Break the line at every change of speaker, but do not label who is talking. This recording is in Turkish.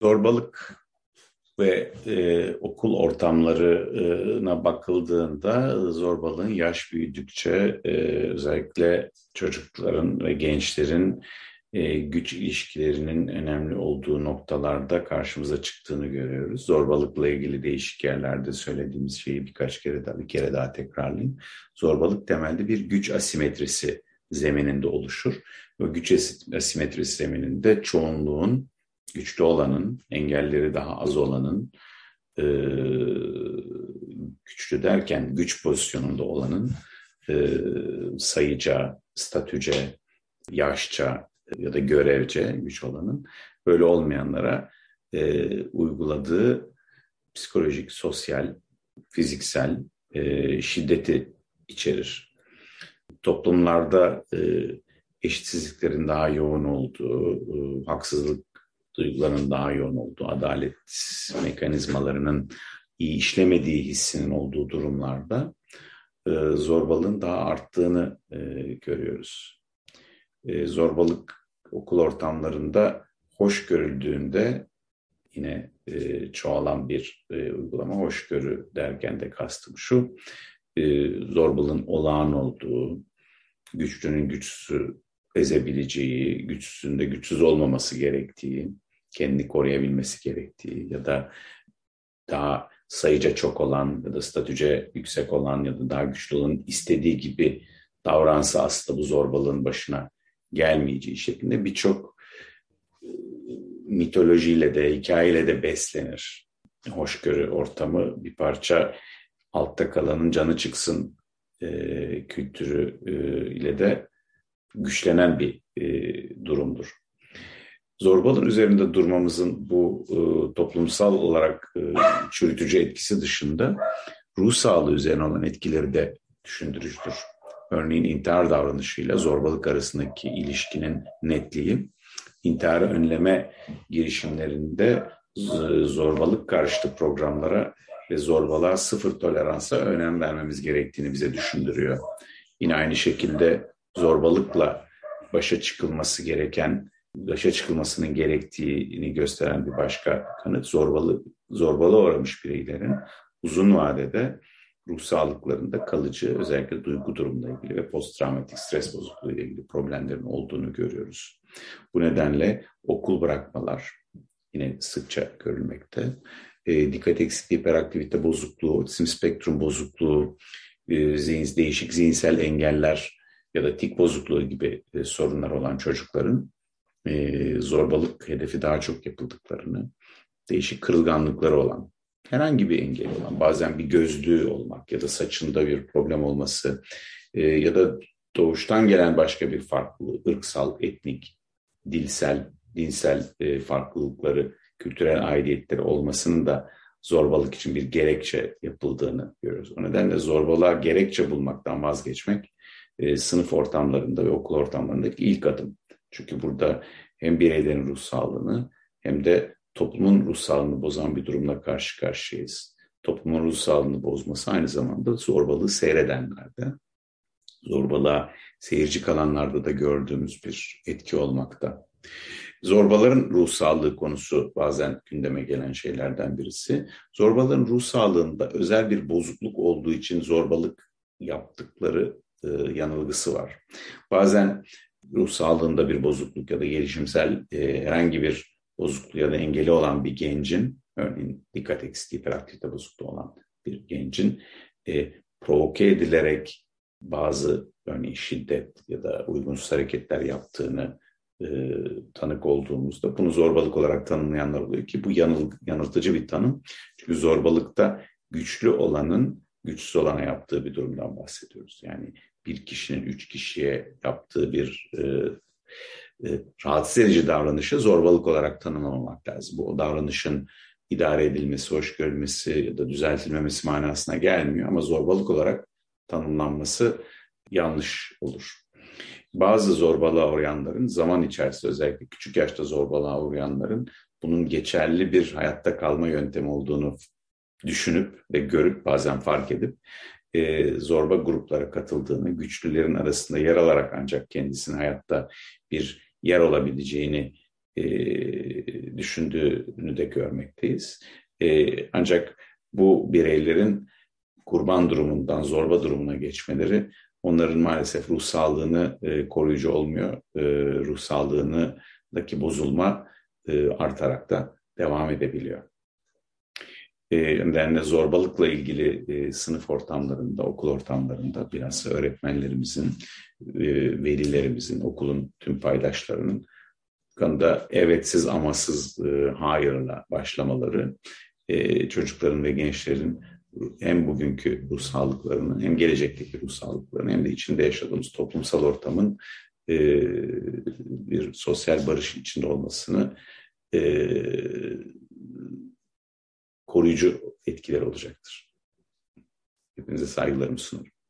Zorbalık ve okul ortamlarına bakıldığında zorbalığın yaş büyüdükçe özellikle çocukların ve gençlerin güç ilişkilerinin önemli olduğu noktalarda karşımıza çıktığını görüyoruz. Zorbalıkla ilgili değişik yerlerde söylediğimiz şeyi bir kere daha tekrarlayayım. Zorbalık temelde bir güç asimetrisi zemininde oluşur. Ve güç asimetrisi zemininde çoğunluğun, güçlü olanın, engelleri daha az olanın, e, güçlü derken güç pozisyonunda olanın sayıca, statüce, yaşça ya da görevce güç olanın böyle olmayanlara uyguladığı psikolojik, sosyal, fiziksel şiddeti içerir. Toplumlarda eşitsizliklerin daha yoğun olduğu, haksızlık duygularının daha yoğun olduğu, adalet mekanizmalarının iyi işlemediği hissinin olduğu durumlarda zorbalığın daha arttığını görüyoruz. Zorbalık okul ortamlarında hoş görüldüğünde yine çoğalan bir uygulama. Hoşgörü derken de kastım şu, zorbalığın olağan olduğu, güçlünün güçsüzü ezebileceği, güçsüzün de güçsüz olmaması gerektiği, kendini koruyabilmesi gerektiği ya da daha sayıca çok olan ya da statüce yüksek olan ya da daha güçlü olan istediği gibi davransa aslında bu zorbalığın başına gelmeyeceği şeklinde birçok mitolojiyle de hikayeyle de beslenir. Hoşgörü ortamı bir parça altta kalanın canı çıksın kültürü ile de güçlenen bir durumdur. Zorbalığın üzerinde durmamızın bu toplumsal olarak çürütücü etkisi dışında ruh sağlığı üzerine olan etkileri de düşündürücüdür. Örneğin intihar davranışıyla zorbalık arasındaki ilişkinin netliği, intiharı önleme girişimlerinde zorbalık karşıtı programlara ve zorbalığa sıfır toleransa önem vermemiz gerektiğini bize düşündürüyor. Yine aynı şekilde zorbalıkla başa çıkılmasının gerektiğini gösteren bir başka kanıt zorbalığa uğramış bireylerin uzun vadede ruh sağlıklarında kalıcı özellikle duygu durumuyla ilgili ve posttravmatik stres bozukluğu ile ilgili problemlerin olduğunu görüyoruz. Bu nedenle okul bırakmalar yine sıkça görülmekte. Dikkat eksikliği, hiperaktivite bozukluğu, otizm spektrum bozukluğu, değişik zihinsel engeller ya da tik bozukluğu gibi sorunlar olan çocukların zorbalık hedefi daha çok yapıldıklarını, değişik kırılganlıkları olan, herhangi bir engel olan, bazen bir gözlüğü olmak ya da saçında bir problem olması ya da doğuştan gelen başka bir farklılığı, ırksal, etnik, dilsel, dinsel farklılıkları, kültürel aidiyetleri olmasının da zorbalık için bir gerekçe yapıldığını görüyoruz. O nedenle zorbalığa gerekçe bulmaktan vazgeçmek sınıf ortamlarında ve okul ortamlarındaki ilk adım. Çünkü burada hem bireylerin ruh sağlığını hem de toplumun ruh sağlığını bozan bir durumla karşı karşıyayız. Toplumun ruh sağlığını bozması aynı zamanda zorbalığı seyredenlerde, zorbalığa seyirci kalanlarda da gördüğümüz bir etki olmakta. Zorbaların ruh sağlığı konusu bazen gündeme gelen şeylerden birisi. Zorbaların ruh sağlığında özel bir bozukluk olduğu için zorbalık yaptıkları yanılgısı var. Bazen ruh sağlığında bir bozukluk ya da gelişimsel herhangi bir bozukluk ya da engeli olan bir gencin, örneğin dikkat eksikliği, hiperaktivite bozukluğu olan bir gencin provoke edilerek bazı örneğin şiddet ya da uygunsuz hareketler yaptığını tanık olduğumuzda bunu zorbalık olarak tanımlayanlar oluyor ki bu yanıltıcı bir tanım. Çünkü zorbalıkta güçlü olanın güçsüz olana yaptığı bir durumdan bahsediyoruz. Yani bir kişinin 3 kişiye yaptığı bir rahatsız edici davranışı zorbalık olarak tanımlamamak lazım. Bu o davranışın idare edilmesi, hoş görülmesi ya da düzeltilmemesi manasına gelmiyor ama zorbalık olarak tanımlanması yanlış olur. Bazı zorbalığa uğrayanların zaman içerisinde özellikle küçük yaşta zorbalığa uğrayanların bunun geçerli bir hayatta kalma yöntemi olduğunu düşünüp ve görüp bazen fark edip zorba gruplara katıldığını, güçlülerin arasında yer alarak ancak kendisinin hayatta bir yer olabileceğini düşündüğünü de görmekteyiz. Ancak bu bireylerin kurban durumundan zorba durumuna geçmeleri onların maalesef ruh sağlığını koruyucu olmuyor. Ruh sağlığındaki bozulma artarak da devam edebiliyor. Nedenle zorbalıkla ilgili sınıf ortamlarında, okul ortamlarında bilhassa öğretmenlerimizin, velilerimizin, okulun tüm paydaşlarının konuda evetsiz amasız hayırla başlamaları çocukların ve gençlerin hem bugünkü ruh sağlıklarını hem gelecekteki ruh sağlıklarını hem de içinde yaşadığımız toplumsal ortamın bir sosyal barış içinde olmasını koruyucu etkiler olacaktır. Hepinize saygılarımı sunuyorum.